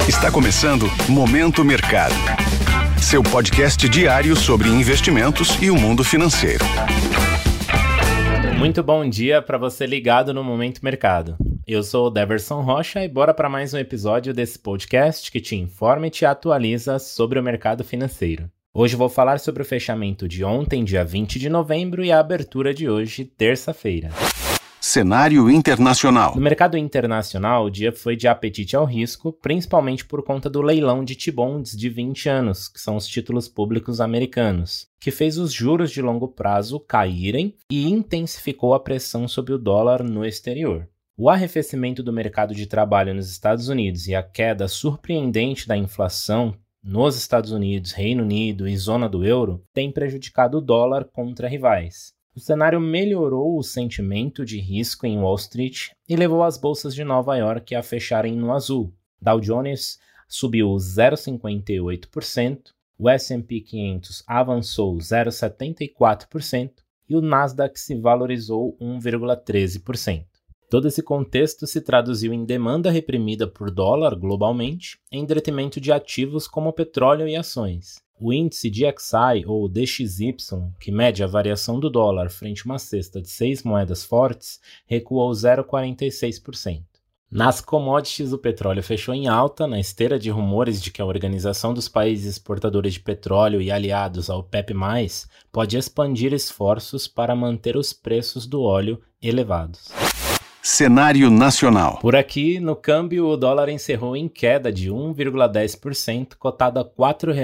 Está começando Momento Mercado, seu podcast diário sobre investimentos e o mundo financeiro. Muito bom dia para você ligado no Momento Mercado. Eu sou o Deverson Rocha e bora para mais um episódio desse podcast que te informa e te atualiza sobre o mercado financeiro. Hoje vou falar sobre o fechamento de ontem, dia 20 de novembro, e a abertura de hoje, terça-feira. Cenário internacional. No mercado internacional, o dia foi de apetite ao risco, principalmente por conta do leilão de T-bonds de 20 anos, que são os títulos públicos americanos, que fez os juros de longo prazo caírem e intensificou a pressão sobre o dólar no exterior. O arrefecimento do mercado de trabalho nos Estados Unidos e a queda surpreendente da inflação nos Estados Unidos, Reino Unido e zona do euro têm prejudicado o dólar contra rivais. O cenário melhorou o sentimento de risco em Wall Street e levou as bolsas de Nova York a fecharem no azul. Dow Jones subiu 0,58%, o S&P 500 avançou 0,74% e o Nasdaq se valorizou 1,13%. Todo esse contexto se traduziu em demanda reprimida por dólar globalmente, em detrimento de ativos como petróleo e ações. O índice DXY, ou DXY, que mede a variação do dólar frente a uma cesta de 6 moedas fortes, recuou 0,46%. Nas commodities, o petróleo fechou em alta, na esteira de rumores de que a Organização dos Países Exportadores de Petróleo e aliados ao OPEP+, pode expandir esforços para manter os preços do óleo elevados. Cenário nacional. Por aqui, no câmbio, o dólar encerrou em queda de 1,10%, cotado a R$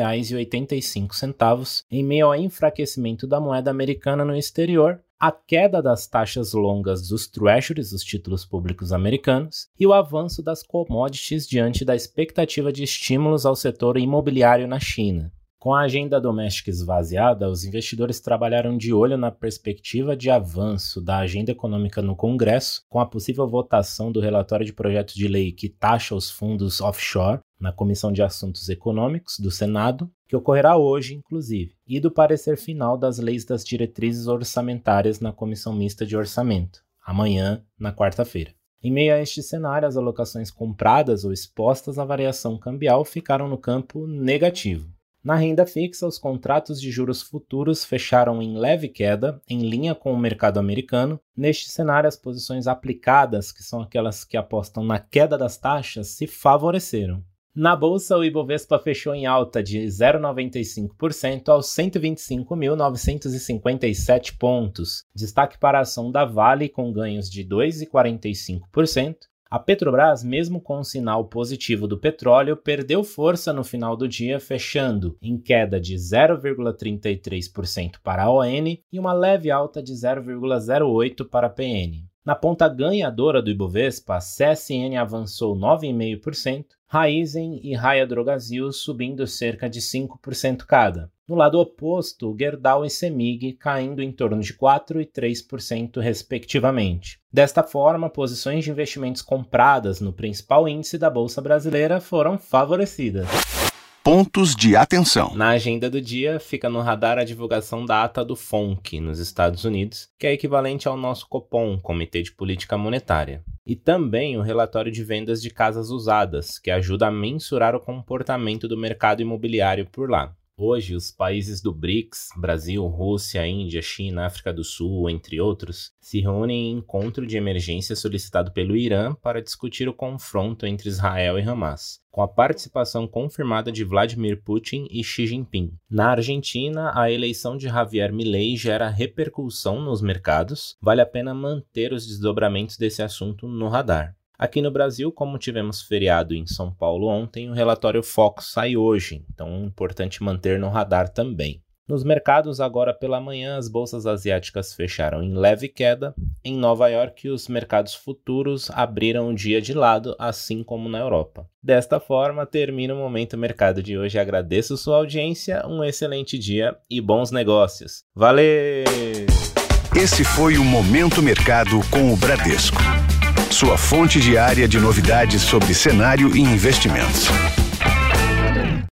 4,85, em meio ao enfraquecimento da moeda americana no exterior, a queda das taxas longas dos treasuries, os títulos públicos americanos, e o avanço das commodities diante da expectativa de estímulos ao setor imobiliário na China. Com a agenda doméstica esvaziada, os investidores trabalharam de olho na perspectiva de avanço da agenda econômica no Congresso, com a possível votação do relatório de projeto de lei que taxa os fundos offshore na Comissão de Assuntos Econômicos do Senado, que ocorrerá hoje, inclusive, e do parecer final das leis das diretrizes orçamentárias na Comissão Mista de Orçamento, amanhã, na quarta-feira. Em meio a este cenário, as alocações compradas ou expostas à variação cambial ficaram no campo negativo. Na renda fixa, os contratos de juros futuros fecharam em leve queda, em linha com o mercado americano. Neste cenário, as posições aplicadas, que são aquelas que apostam na queda das taxas, se favoreceram. Na bolsa, o Ibovespa fechou em alta de 0,95% aos 125.957 pontos. Destaque para a ação da Vale, com ganhos de 2,45%. A Petrobras, mesmo com um sinal positivo do petróleo, perdeu força no final do dia, fechando em queda de 0,33% para a ON e uma leve alta de 0,08% para a PN. Na ponta ganhadora do Ibovespa, a CSN avançou 9,5%, Raízen e Raia Drogasil subindo cerca de 5% cada. No lado oposto, o Gerdau e Semig caindo em torno de 4% e 3% respectivamente. Desta forma, posições de investimentos compradas no principal índice da Bolsa Brasileira foram favorecidas. Pontos de atenção. Na agenda do dia, fica no radar a divulgação da ata do FONC, nos Estados Unidos, que é equivalente ao nosso Copom, Comitê de Política Monetária. E também o relatório de vendas de casas usadas, que ajuda a mensurar o comportamento do mercado imobiliário por lá. Hoje, os países do BRICS, Brasil, Rússia, Índia, China, África do Sul, entre outros, se reúnem em encontro de emergência solicitado pelo Irã para discutir o confronto entre Israel e Hamas, com a participação confirmada de Vladimir Putin e Xi Jinping. Na Argentina, a eleição de Javier Milei gera repercussão nos mercados. Vale a pena manter os desdobramentos desse assunto no radar. Aqui no Brasil, como tivemos feriado em São Paulo ontem, o relatório Focus sai hoje, então é importante manter no radar também. Nos mercados, agora pela manhã, as bolsas asiáticas fecharam em leve queda. Em Nova York, os mercados futuros abriram o dia de lado, assim como na Europa. Desta forma, termina o Momento Mercado de hoje. Agradeço sua audiência, um excelente dia e bons negócios. Valeu! Esse foi o Momento Mercado com o Bradesco, sua fonte diária de novidades sobre cenário e investimentos.